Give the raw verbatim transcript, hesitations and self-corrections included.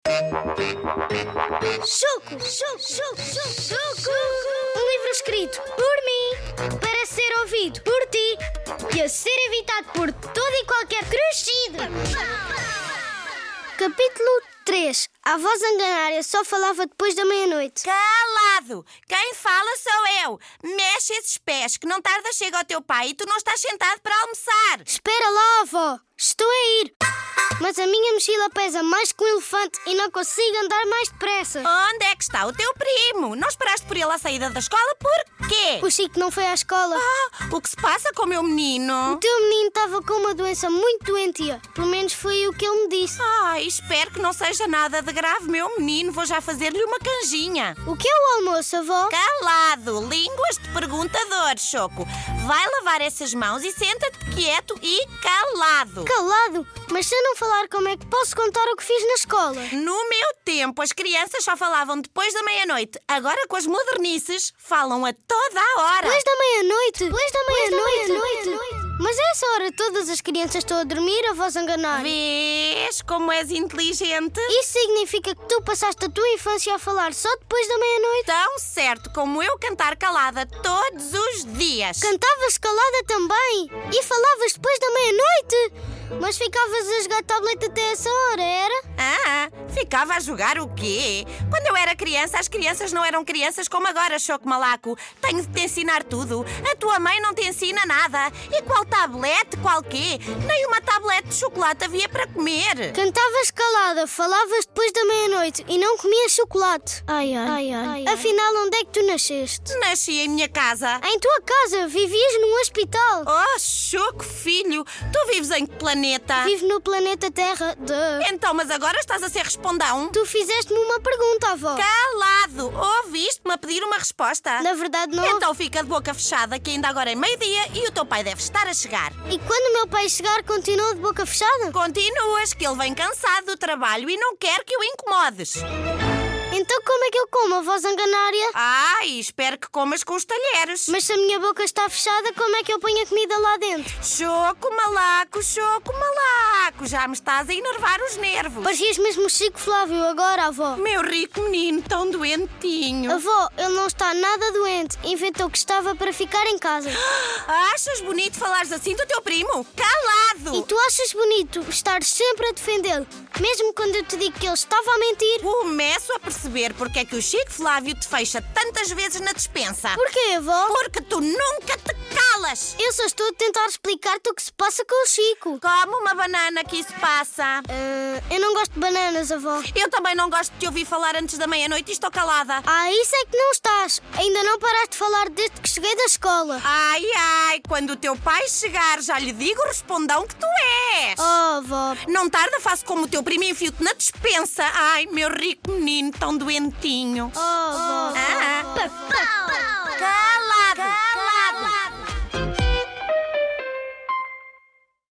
Choco, choco, choco, choco, choco. Um livro escrito por mim, para ser ouvido por ti e a ser evitado por todo e qualquer crescido. Capítulo três. A avó zanganária só falava depois da meia-noite. Calado! Quem fala sou eu. Mexe esses pés, que não tarda chega ao teu pai e tu não estás sentado para almoçar. Espera lá, avó. Estou a ir. Mas a minha mochila pesa mais que um elefante e não consigo andar mais depressa. Onde é que está o teu primo? Não esperaste por ele à saída da escola? Por quê? O Chico não foi à escola. Ah, o que se passa com o meu menino? O teu menino estava com uma doença muito doentia. Pelo menos foi o que ele me disse. Ai, espero que não seja nada de grave, meu menino. Vou já fazer-lhe uma canjinha. O que é o almoço, avó? Calado! Línguas de perguntador, Choco. Vai lavar essas mãos e senta-te quieto e calado. Calado? Mas se eu não falar, como é que posso contar o que fiz na escola? No meu tempo, as crianças só falavam depois da meia-noite. Agora, com as modernices, falam a toda a hora. Depois da meia-noite? Depois da meia-noite? Mas a essa hora todas as crianças estão a dormir, a voz enganar. Vês como és inteligente? Isso significa que tu passaste a tua infância a falar só depois da meia-noite? Tão certo como eu cantar calada todos os dias. Cantavas calada também? E falavas depois da meia-noite? Mas ficavas a jogar tablet até essa hora, era? Ah, ficava a jogar o quê? Quando eu era criança, as crianças não eram crianças como agora, Choco Malaco. Tenho de te ensinar tudo. A tua mãe não te ensina nada. E qual tablet, qual quê? Nem uma tablete de chocolate havia para comer. Cantavas calada, falavas depois da meia-noite e não comias chocolate. Ai, ai, ai, ai. Afinal, onde é que tu nasceste? Nasci em minha casa. Em tua casa, vivias num hospital. Oh, Choco, filho, tu vives em que planeta? Vivo no planeta Terra. Duh. Então, mas agora estás a ser respondão? Tu fizeste-me uma pergunta, avó. Calado! Ouviste-me a pedir uma resposta? Na verdade, não. Então fica de boca fechada, que ainda agora é meio-dia e o teu pai deve estar a chegar. E quando o meu pai chegar, continua de boca fechada? Continuas, que ele vem cansado do trabalho e não quer que o incomodes. Então como é que eu como, a voz zanganária? Ai, espero que comas com os talheres. Mas se a minha boca está fechada, como é que eu ponho a comida lá dentro? Choco Malaco, Choco Malaco, já me estás a enervar os nervos. Parecias mesmo o Chico Flávio agora, avó. Meu rico menino, tão doentinho. Avó, ele não está nada doente. Inventou que estava para ficar em casa. Achas bonito falares assim do teu primo? Calado! E tu achas bonito estar sempre a defendê-lo, mesmo quando eu te digo que ele estava a mentir? Começo a perceber porque é que o Chico Flávio te fecha tantas vezes na despensa. Porquê, avó? Porque tu nunca te calas. Eu só estou a tentar explicar-te o que se passa com o Chico. Como uma banana que isso passa. Uh, eu não gosto de bananas, avó. Eu também não gosto de te ouvir falar antes da meia-noite e estou calada. Ah, isso é que não estás. Ainda não paraste de falar desde que cheguei da escola. Ai, ai, quando o teu pai chegar, já lhe digo o respondão que tu és. Oh, avó. Não tarda, faço como o teu primo e enfio-te na despensa. Ai, meu rico menino, tão doentinho. Oh, avó. Ah, papá.